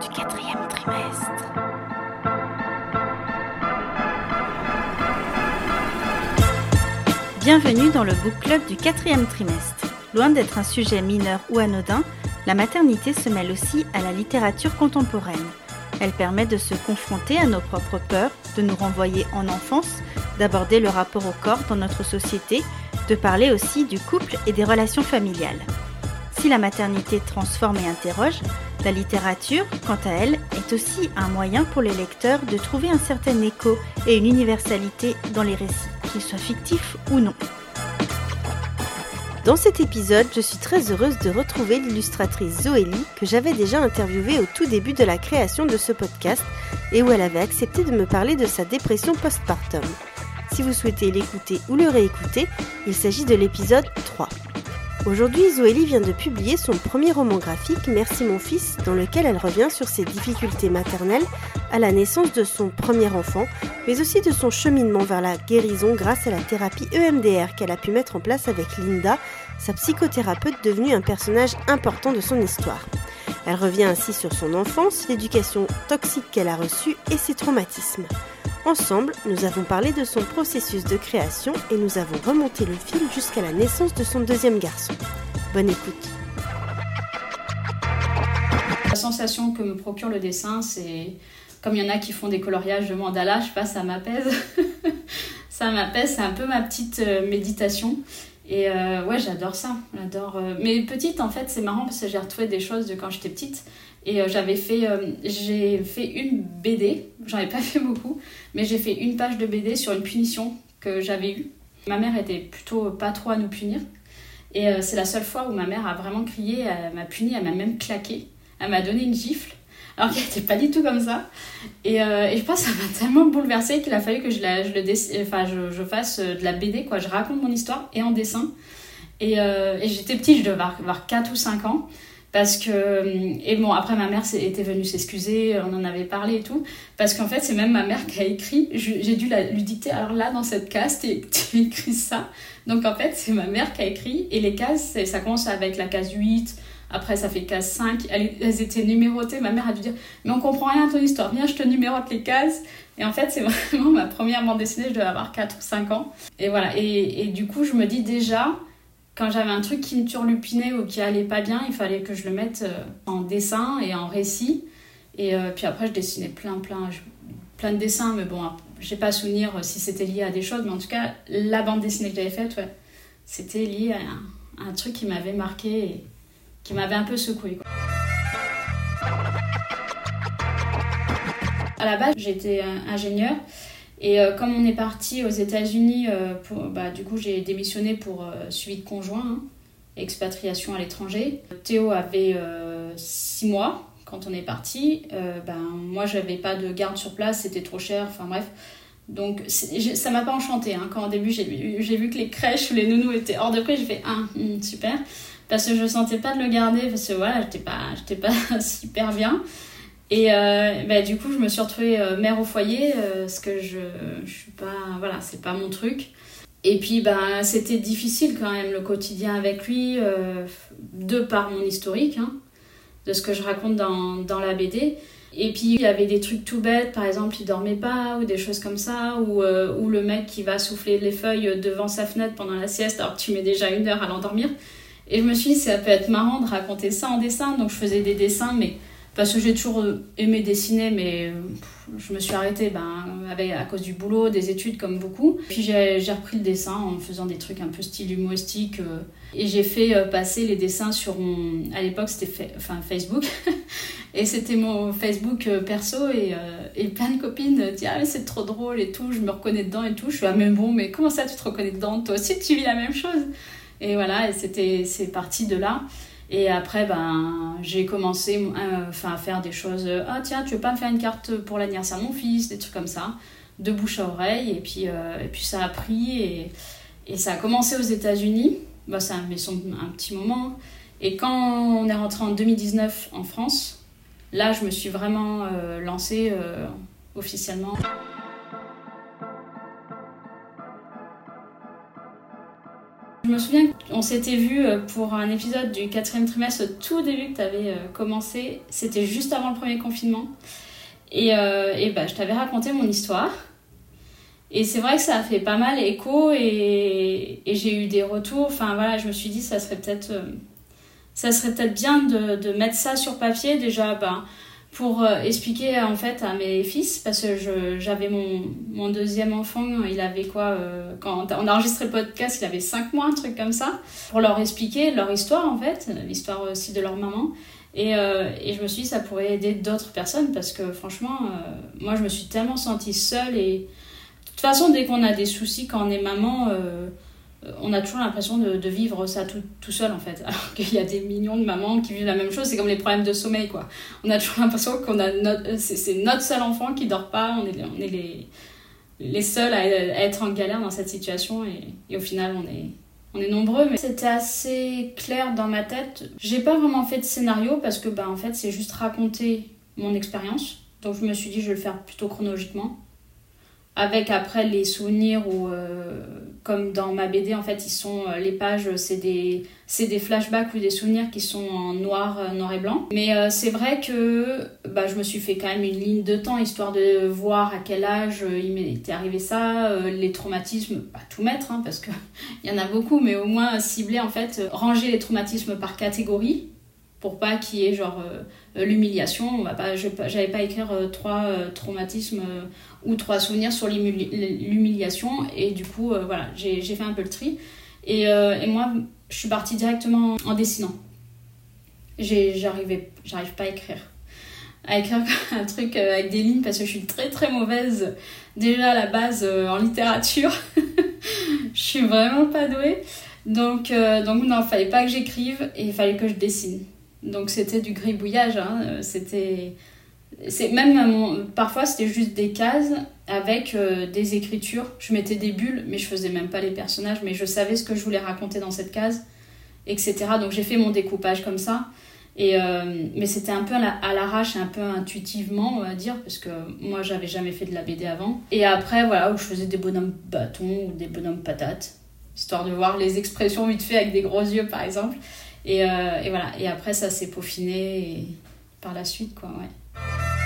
du 4e trimestre. Bienvenue dans le book club du 4e trimestre. Loin d'être un sujet mineur ou anodin, la maternité se mêle aussi à la littérature contemporaine. Elle permet de se confronter à nos propres peurs, de nous renvoyer en enfance, d'aborder le rapport au corps dans notre société, de parler aussi du couple et des relations familiales. Si la maternité transforme et interroge, la littérature, quant à elle, est aussi un moyen pour les lecteurs de trouver un certain écho et une universalité dans les récits, qu'ils soient fictifs ou non. Dans cet épisode, je suis très heureuse de retrouver l'illustratrice Zoélie, que j'avais déjà interviewée au tout début de la création de ce podcast et où elle avait accepté de me parler de sa dépression postpartum. Si vous souhaitez l'écouter ou le réécouter, il s'agit de l'épisode 3. Aujourd'hui, Zoélie vient de publier son premier roman graphique, Merci mon fils, dans lequel elle revient sur ses difficultés maternelles à la naissance de son premier enfant, mais aussi de son cheminement vers la guérison grâce à la thérapie EMDR qu'elle a pu mettre en place avec Linda, sa psychothérapeute devenue un personnage important de son histoire. Elle revient ainsi sur son enfance, l'éducation toxique qu'elle a reçue et ses traumatismes. Ensemble, nous avons parlé de son processus de création et nous avons remonté le fil jusqu'à la naissance de son deuxième garçon. Bonne écoute. La sensation que me procure le dessin, c'est comme il y en a qui font des coloriages de mandala, je sais pas, ça m'apaise. Ça m'apaise, c'est un peu ma petite méditation. Et ouais, j'adore ça. Mais petite, en fait, c'est marrant parce que j'ai retrouvé des choses de quand j'étais petite. Et j'ai fait une BD, j'en ai pas fait beaucoup, mais j'ai fait une page de BD sur une punition que j'avais eue. Ma mère était plutôt pas trop à nous punir. Et c'est la seule fois où ma mère a vraiment crié, elle m'a punie, elle m'a même claqué. Elle m'a donné une gifle, alors qu'elle n'était pas du tout comme ça. Et je pense que ça m'a tellement bouleversée qu'il a fallu que je fasse de la BD, quoi. Je raconte mon histoire et en dessin. Et j'étais petite, je devais avoir 4 ou 5 ans. Parce que, et bon, après ma mère était venue s'excuser, on en avait parlé et tout, parce qu'en fait c'est même ma mère qui a écrit, j'ai dû lui dicter, alors là dans cette case tu écris ça, donc en fait c'est ma mère qui a écrit, et les cases, ça commence avec la case 8, après ça fait case 5, elles étaient numérotées, ma mère a dû dire, mais on comprend rien à ton histoire, viens je te numérote les cases, et en fait c'est vraiment ma première bande dessinée, je devais avoir 4 ou 5 ans, et voilà, et du coup je me dis déjà, quand j'avais un truc qui me turlupinait ou qui allait pas bien, il fallait que je le mette en dessin et en récit. Et puis après, je dessinais plein de dessins. Mais bon, j'ai pas souvenir si c'était lié à des choses. Mais en tout cas, la bande dessinée que j'avais faite, ouais, c'était lié à un truc qui m'avait marqué et qui m'avait un peu secouée, quoi. À la base, j'étais ingénieure. Et comme on est parti aux États-Unis, du coup j'ai démissionné pour suivi de conjoint, expatriation à l'étranger. Théo avait 6 mois quand on est parti. Moi j'avais pas de garde sur place, c'était trop cher, enfin bref. Donc ça m'a pas enchantée. Quand au début j'ai vu que les crèches ou les nounous étaient hors de prix, j'ai fait super. Parce que je sentais pas de le garder, parce que voilà, j'étais pas super bien. Et du coup je me suis retrouvée mère au foyer parce que je suis pas, voilà, c'est pas mon truc. Et puis c'était difficile quand même le quotidien avec lui de par mon historique, de ce que je raconte dans la BD. Et puis il y avait des trucs tout bêtes, par exemple il dormait pas ou des choses comme ça, ou le mec qui va souffler les feuilles devant sa fenêtre pendant la sieste alors que tu mets déjà 1 heure à l'endormir. Et je me suis dit ça peut être marrant de raconter ça en dessin, donc je faisais des dessins, mais parce que j'ai toujours aimé dessiner, mais je me suis arrêtée à cause du boulot, des études comme beaucoup. Puis j'ai repris le dessin en faisant des trucs un peu style humoristique. Et j'ai fait passer les dessins sur à l'époque c'était Facebook. Et c'était mon Facebook perso et plein de copines disaient « Ah mais c'est trop drôle et tout, je me reconnais dedans et tout. » Je suis « Ah mais bon, mais comment ça tu te reconnais dedans? Toi aussi tu vis la même chose ?» Et voilà, et c'est parti de là. Et après, j'ai commencé à faire des choses. Ah tiens, tu veux pas me faire une carte pour l'anniversaire de mon fils, des trucs comme ça, de bouche à oreille. Et puis ça a pris et ça a commencé aux États-Unis. Ça a mis un petit moment. Et quand on est rentré en 2019 en France, là, je me suis vraiment lancée officiellement. Je me souviens qu'on s'était vu pour un épisode du 4e trimestre, au tout début que tu avais commencé. C'était juste avant le premier confinement. Et je t'avais raconté mon histoire. Et c'est vrai que ça a fait pas mal écho et j'ai eu des retours. Enfin voilà, je me suis dit ça serait peut-être bien de mettre ça sur papier déjà pour expliquer en fait à mes fils, parce que j'avais mon deuxième enfant, il avait quoi quand on a enregistré le podcast, il avait 5 mois, un truc comme ça, pour leur expliquer leur histoire en fait, l'histoire aussi de leur maman. Et je me suis dit ça pourrait aider d'autres personnes, parce que franchement moi je me suis tellement sentie seule. Et de toute façon dès qu'on a des soucis quand on est maman, on a toujours l'impression de vivre ça tout seul en fait, alors qu'il y a des millions de mamans qui vivent la même chose. C'est comme les problèmes de sommeil quoi. On a toujours l'impression c'est notre seul enfant qui dort pas, on est les seuls à être en galère dans cette situation, et au final on est nombreux. Mais c'était assez clair dans ma tête. J'ai pas vraiment fait de scénario parce que en fait c'est juste raconter mon expérience, donc je me suis dit je vais le faire plutôt chronologiquement, avec après les souvenirs où, comme dans ma BD, en fait, les pages, c'est des flashbacks ou des souvenirs qui sont en noir et blanc. Mais c'est vrai que je me suis fait quand même une ligne de temps, histoire de voir à quel âge il m'était arrivé ça, les traumatismes, pas tout mettre, parce qu'il y en a beaucoup, mais au moins cibler, en fait, ranger les traumatismes par catégorie, pour pas qu'il y ait l'humiliation. J'avais pas écrire 3 traumatismes ou 3 souvenirs sur l'humiliation, et du coup j'ai fait un peu le tri, et moi je suis partie directement en dessinant. J'arrive pas à écrire un truc avec des lignes, parce que je suis très très mauvaise déjà à la base en littérature. Je suis vraiment pas douée, donc non, fallait pas que j'écrive et il fallait que je dessine. Donc c'était du gribouillage, parfois c'était juste des cases avec des écritures. Je mettais des bulles, mais je faisais même pas les personnages, mais je savais ce que je voulais raconter dans cette case, etc. Donc j'ai fait mon découpage comme ça, mais c'était un peu à l'arrache, un peu intuitivement on va dire, parce que moi j'avais jamais fait de la BD avant. Et après où je faisais des bonhommes bâtons ou des bonhommes patates, histoire de voir les expressions vite fait avec des gros yeux par exemple. Et voilà, et après ça s'est peaufiné par la suite quoi, ouais.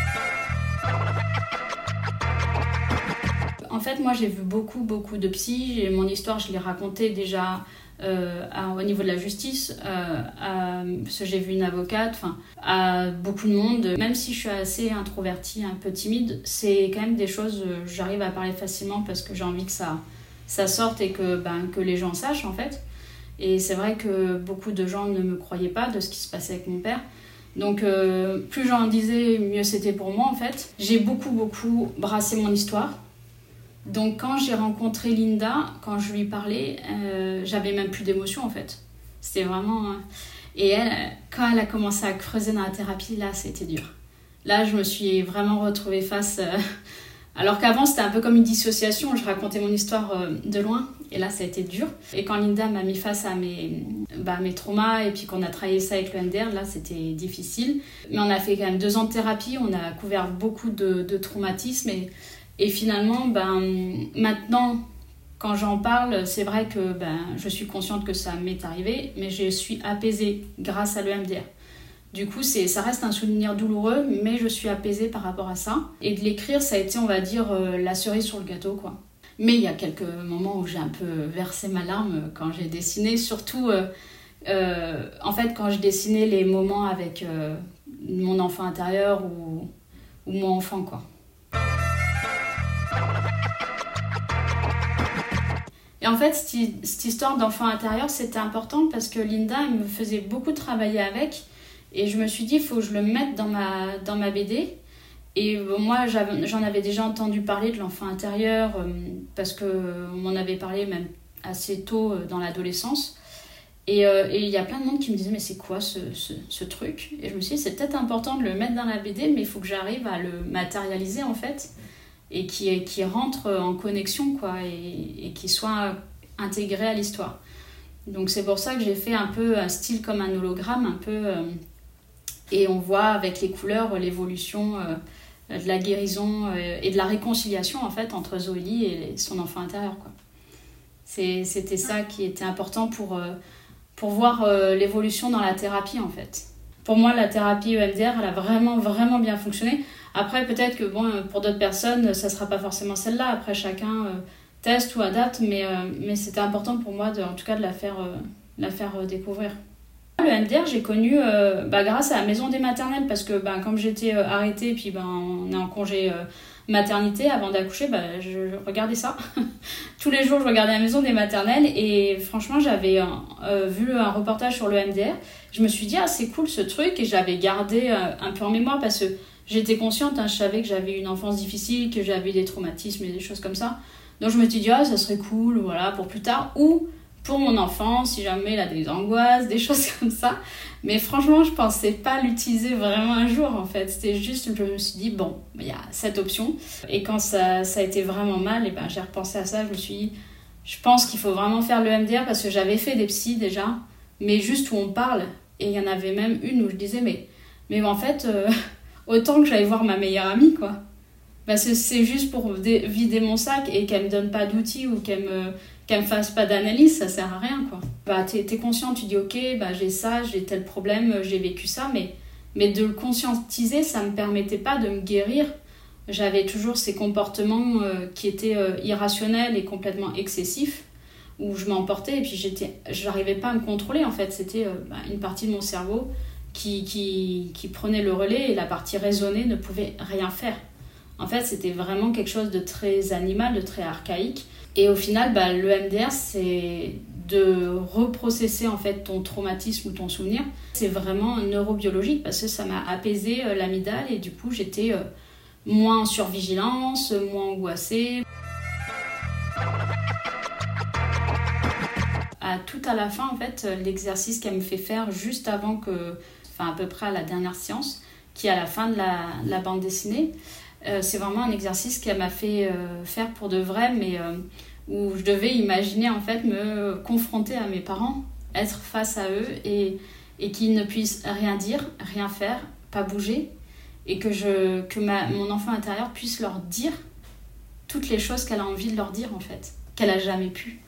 En fait moi j'ai vu beaucoup de psy, et mon histoire je l'ai racontée déjà au niveau de la justice, parce que j'ai vu une avocate, à beaucoup de monde. Même si je suis assez introvertie, un peu timide, c'est quand même des choses, j'arrive à parler facilement parce que j'ai envie que ça sorte et que les gens sachent en fait. Et c'est vrai que beaucoup de gens ne me croyaient pas de ce qui se passait avec mon père. Donc plus j'en disais, mieux c'était pour moi en fait. J'ai beaucoup brassé mon histoire. Donc quand j'ai rencontré Linda, quand je lui parlais, j'avais même plus d'émotion en fait. C'était vraiment... Et elle, quand elle a commencé à creuser dans la thérapie, là c'était dur. Là je me suis vraiment retrouvée face... Alors qu'avant c'était un peu comme une dissociation, je racontais mon histoire de loin, et là ça a été dur. Et quand Linda m'a mis face à mes traumas, et puis qu'on a travaillé ça avec le NDR, là c'était difficile. Mais on a fait quand même 2 ans de thérapie, on a couvert beaucoup de traumatismes, et finalement maintenant quand j'en parle, c'est vrai que je suis consciente que ça m'est arrivé, mais je suis apaisée grâce à l'EMDR. Du coup, ça reste un souvenir douloureux, mais je suis apaisée par rapport à ça. Et de l'écrire, ça a été, on va dire, la cerise sur le gâteau, quoi. Mais il y a quelques moments où j'ai un peu versé ma larme quand j'ai dessiné, surtout, en fait, quand je dessinais les moments avec mon enfant intérieur ou mon enfant, quoi. Et en fait, cette histoire d'enfant intérieur, c'était important parce que Linda, elle me faisait beaucoup travailler avec. Et je me suis dit, il faut que je le mette dans ma BD. Et moi, j'en avais déjà entendu parler de l'enfant intérieur, parce qu'on m'en avait parlé même assez tôt dans l'adolescence. Et il y a plein de monde qui me disait, mais c'est quoi ce truc ? Et je me suis dit, c'est peut-être important de le mettre dans la BD, mais il faut que j'arrive à le matérialiser en fait, et qui rentre en connexion, quoi, et qui soit intégré à l'histoire. Donc c'est pour ça que j'ai fait un peu un style comme un hologramme, un peu... et on voit avec les couleurs l'évolution de la guérison et de la réconciliation en fait entre Zoélie et son enfant intérieur, quoi. C'était ça qui était important pour voir l'évolution dans la thérapie, en fait. Pour moi, la thérapie EMDR, elle a vraiment, vraiment bien fonctionné. Après, peut-être que pour d'autres personnes, ça ne sera pas forcément celle-là. Après, chacun teste ou adapte, mais c'était important pour moi, en tout cas, de la faire découvrir. Le EMDR, j'ai connu grâce à la maison des maternelles, parce que comme j'étais arrêtée, puis on est en congé maternité, avant d'accoucher, je regardais ça. Tous les jours, je regardais la maison des maternelles, et franchement, j'avais vu un reportage sur le EMDR. Je me suis dit, c'est cool ce truc, et j'avais gardé un peu en mémoire, parce que j'étais consciente, je savais que j'avais une enfance difficile, que j'avais des traumatismes et des choses comme ça. Donc je me suis dit, ça serait cool, voilà, pour plus tard, ou pour mon enfant, si jamais il a des angoisses, des choses comme ça. Mais franchement, je pensais pas l'utiliser vraiment un jour, en fait. C'était juste, je me suis dit, il y a cette option. Et quand ça a été vraiment mal, j'ai repensé à ça. Je me suis dit, je pense qu'il faut vraiment faire le MDR, parce que j'avais fait des psys déjà, mais juste où on parle. Et il y en avait même une où je disais, mais en fait, autant que j'allais voir ma meilleure amie, quoi. Parce que c'est juste pour vider mon sac et qu'elle me donne pas d'outils ou qu'elle me fasse pas d'analyse, ça sert à rien, quoi. T'es conscient, tu dis ok, j'ai ça, j'ai tel problème, j'ai vécu ça, mais de le conscientiser, ça me permettait pas de me guérir. J'avais toujours ces comportements qui étaient irrationnels et complètement excessifs, où je m'emportais et puis j'arrivais pas à me contrôler, en fait. C'était une partie de mon cerveau qui prenait le relais, et la partie raisonnée ne pouvait rien faire. En fait, c'était vraiment quelque chose de très animal, de très archaïque. Et au final, le MDR, c'est de reprocesser en fait ton traumatisme ou ton souvenir. C'est vraiment neurobiologique, parce que ça m'a apaisé l'amygdale, et du coup, j'étais moins en survigilance, moins angoissée. Tout à la fin, en fait, l'exercice qu'elle me fait faire juste avant à peu près à la dernière séance, qui est à la fin de la bande dessinée, c'est vraiment un exercice qu'elle m'a fait faire pour de vrai, mais où je devais imaginer en fait me confronter à mes parents, être face à eux et qu'ils ne puissent rien dire, rien faire, pas bouger, et que mon enfant intérieur puisse leur dire toutes les choses qu'elle a envie de leur dire, en fait, qu'elle a jamais pu.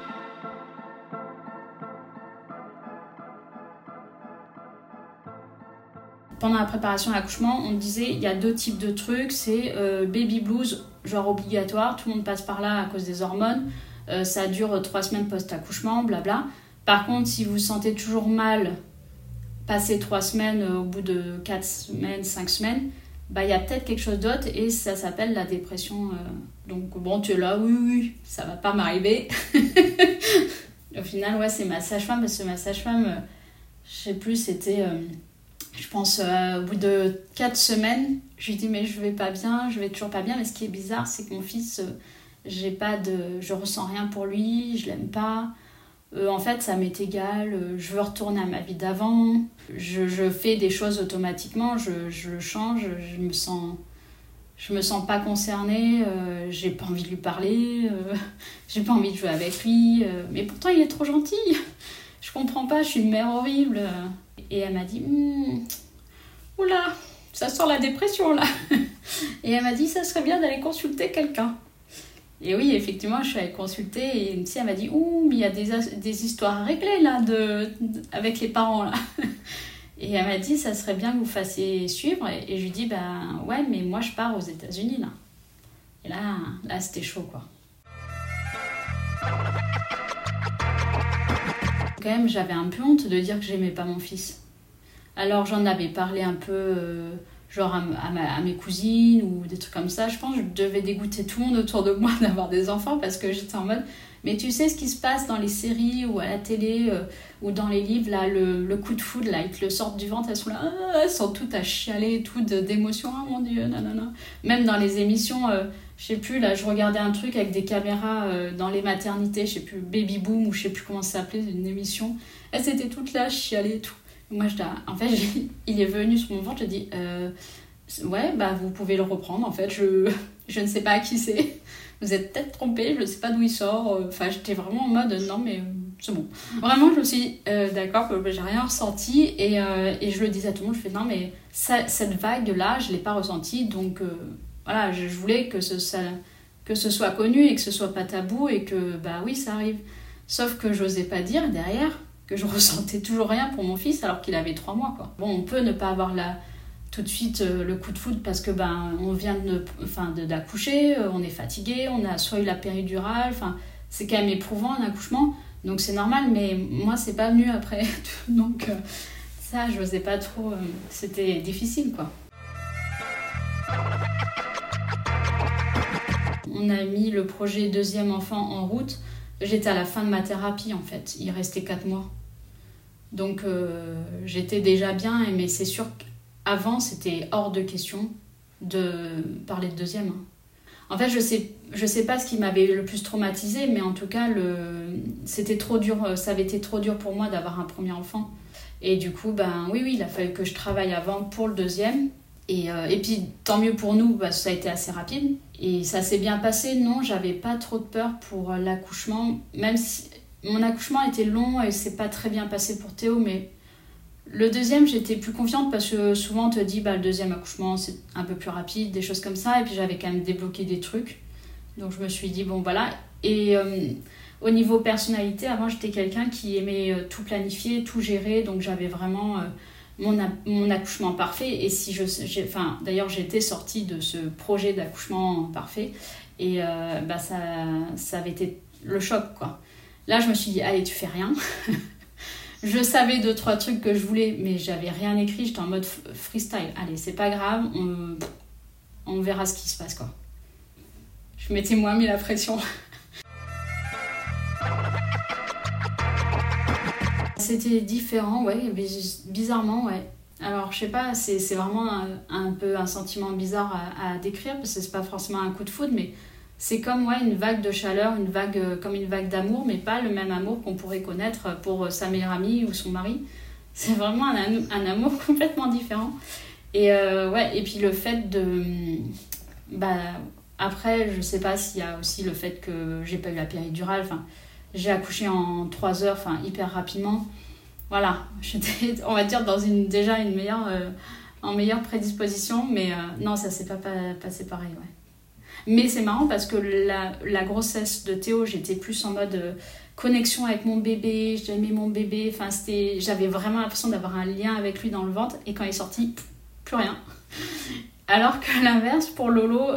Pendant la préparation à l'accouchement, on me disait il y a 2 types de trucs, c'est baby blues, genre obligatoire, tout le monde passe par là à cause des hormones, ça dure 3 semaines post-accouchement, blabla. Par contre, si vous vous sentez toujours mal, passez 3 semaines, au bout de 4 semaines, 5 semaines, il y a peut-être quelque chose d'autre, et ça s'appelle la dépression. Donc tu es là, oui, ça va pas m'arriver. Au final, c'est ma sage-femme, parce que ma sage-femme, je sais plus, c'était... je pense au bout de 4 semaines, je lui dis mais je vais pas bien, je vais toujours pas bien, mais ce qui est bizarre, c'est que mon fils, je ressens rien pour lui, je l'aime pas. En fait, ça m'est égal, je veux retourner à ma vie d'avant, je fais des choses automatiquement, je change, je me sens pas concernée, j'ai pas envie de lui parler, j'ai pas envie de jouer avec lui, mais pourtant il est trop gentil, je comprends pas, je suis une mère horrible. Et elle m'a dit, oula, ça sent la dépression là. Et elle m'a dit, ça serait bien d'aller consulter quelqu'un. Et oui, effectivement, je suis allée consulter, et une psy, elle m'a dit, mais il y a des histoires à régler là, avec les parents là. Et elle m'a dit, ça serait bien que vous fassiez suivre. Et je lui dis, ouais, mais moi je pars aux États-Unis là. Et là c'était chaud, quoi. Quand même, j'avais un peu honte de dire que j'aimais pas mon fils. Alors j'en avais parlé un peu genre à mes cousines ou des trucs comme ça. Je pense que je devais dégoûter tout le monde autour de moi d'avoir des enfants, parce que j'étais en mode mais tu sais ce qui se passe dans les séries ou à la télé ou dans les livres là, le coup de foudre là, ils te le sortent du ventre, elles sont là, elles sont toutes à chialer, toutes d'émotion, oh mon dieu, nanana. Même dans les émissions, je sais plus, là je regardais un truc avec des caméras dans les maternités, je sais plus, Baby Boom ou je sais plus comment ça s'appelait, une émission, elles étaient toutes là, chialer et tout. Moi, en fait, il est venu sur mon ventre, je dis ouais, vous pouvez le reprendre, en fait, je ne sais pas à qui c'est. Vous êtes peut-être trompé, je ne sais pas d'où il sort. Enfin, j'étais vraiment en mode non, mais c'est bon. Vraiment, je me suis dit d'accord, j'ai rien ressenti, et je le disais à tout le monde, je fais non, mais cette vague-là, je ne l'ai pas ressentie, donc voilà, je voulais que que ce soit connu et que ce soit pas tabou et que bah oui ça arrive. Sauf que j'osais pas dire derrière que je ressentais toujours rien pour mon fils alors qu'il avait 3 mois quoi. Bon, on peut ne pas avoir tout de suite le coup de foudre parce que on vient d'accoucher, on est fatigué, on a soit eu la péridurale, c'est quand même éprouvant un accouchement, donc c'est normal, mais moi c'est pas venu après. Donc ça je n'osais pas trop, c'était difficile quoi. On a mis le projet deuxième enfant en route, j'étais à la fin de ma thérapie en fait, il restait 4 mois. Donc j'étais déjà bien, mais c'est sûr qu'avant c'était hors de question de parler de deuxième. En fait je sais pas ce qui m'avait le plus traumatisée, mais en tout cas c'était trop dur, ça avait été trop dur pour moi d'avoir un premier enfant. Et du coup oui il a fallu que je travaille avant pour le deuxième. Et puis tant mieux pour nous, ça a été assez rapide. Et ça s'est bien passé, non, j'avais pas trop de peur pour l'accouchement, même si mon accouchement était long et c'est pas très bien passé pour Théo, mais le deuxième j'étais plus confiante parce que souvent on te dit le deuxième accouchement c'est un peu plus rapide, des choses comme ça, et puis j'avais quand même débloqué des trucs. Donc je me suis dit bon voilà. Et au niveau personnalité, avant j'étais quelqu'un qui aimait tout planifier, tout gérer, donc j'avais vraiment... mon accouchement parfait, et d'ailleurs j'étais sortie de ce projet d'accouchement parfait et ça avait été le choc quoi. Là je me suis dit allez tu fais rien. Je savais 2-3 trucs que je voulais mais j'avais rien écrit, j'étais en mode freestyle, allez c'est pas grave, on verra ce qui se passe quoi. Je m'étais moins mis la pression. C'était différent, ouais, bizarrement, ouais. Alors, je sais pas, c'est vraiment un peu un sentiment bizarre à décrire, parce que c'est pas forcément un coup de foudre, mais c'est comme une vague de chaleur, comme une vague d'amour, mais pas le même amour qu'on pourrait connaître pour sa meilleure amie ou son mari. C'est vraiment un amour complètement différent. Et et puis le fait de... après, je sais pas s'il y a aussi le fait que j'ai pas eu la péridurale, j'ai accouché en 3 heures, hyper rapidement. Voilà, j'étais, on va dire, dans une meilleure prédisposition, mais non, ça s'est pas passé pareil, ouais. Mais c'est marrant parce que la grossesse de Théo, j'étais plus en mode connexion avec mon bébé, j'aimais mon bébé, j'avais vraiment l'impression d'avoir un lien avec lui dans le ventre, et quand il est sorti, plus rien. Alors que l'inverse, pour Lolo,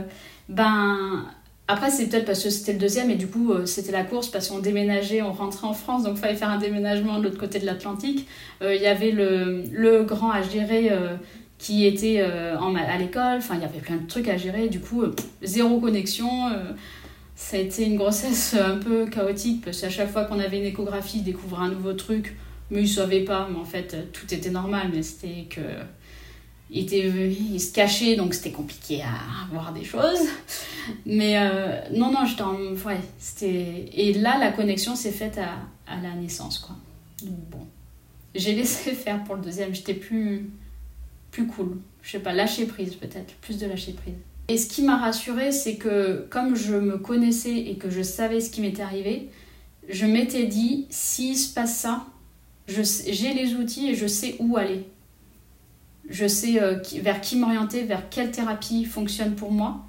après, c'est peut-être parce que c'était le deuxième et du coup, c'était la course parce qu'on déménageait, on rentrait en France, donc il fallait faire un déménagement de l'autre côté de l'Atlantique. Il y avait le grand à gérer qui était à l'école, il y avait plein de trucs à gérer, du coup, zéro connexion. Ça a été une grossesse un peu chaotique parce qu'à chaque fois qu'on avait une échographie, il découvrait un nouveau truc, mais il ne savait pas, mais en fait, tout était normal, mais c'était que... Il se cachait, donc c'était compliqué à voir des choses. Mais non, j'étais et là, la connexion s'est faite à la naissance, quoi. Donc bon, j'ai laissé faire pour le deuxième. J'étais plus cool. Je sais pas, lâcher prise peut-être, plus de lâcher prise. Et ce qui m'a rassurée, c'est que comme je me connaissais et que je savais ce qui m'était arrivé, je m'étais dit, s'il se passe ça, j'ai les outils et je sais où aller. Je sais vers qui m'orienter, vers quelle thérapie fonctionne pour moi.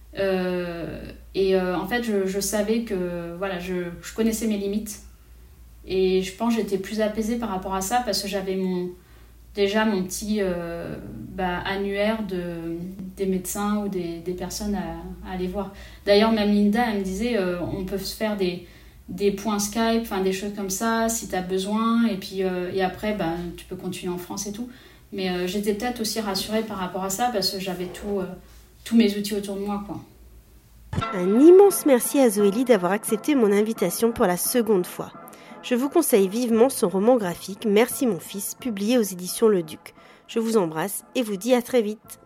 En fait, je savais que je connaissais mes limites. Et je pense que j'étais plus apaisée par rapport à ça parce que j'avais mon petit annuaire des médecins ou des personnes à aller voir. D'ailleurs, même Linda, elle me disait on peut se faire des points Skype, des choses comme ça si tu as besoin. Et puis et après, tu peux continuer en France et tout. Mais j'étais peut-être aussi rassurée par rapport à ça parce que j'avais tous mes outils autour de moi, quoi. Un immense merci à Zoélie d'avoir accepté mon invitation pour la seconde fois. Je vous conseille vivement son roman graphique « Merci mon fils » publié aux éditions Le Duc. Je vous embrasse et vous dis à très vite.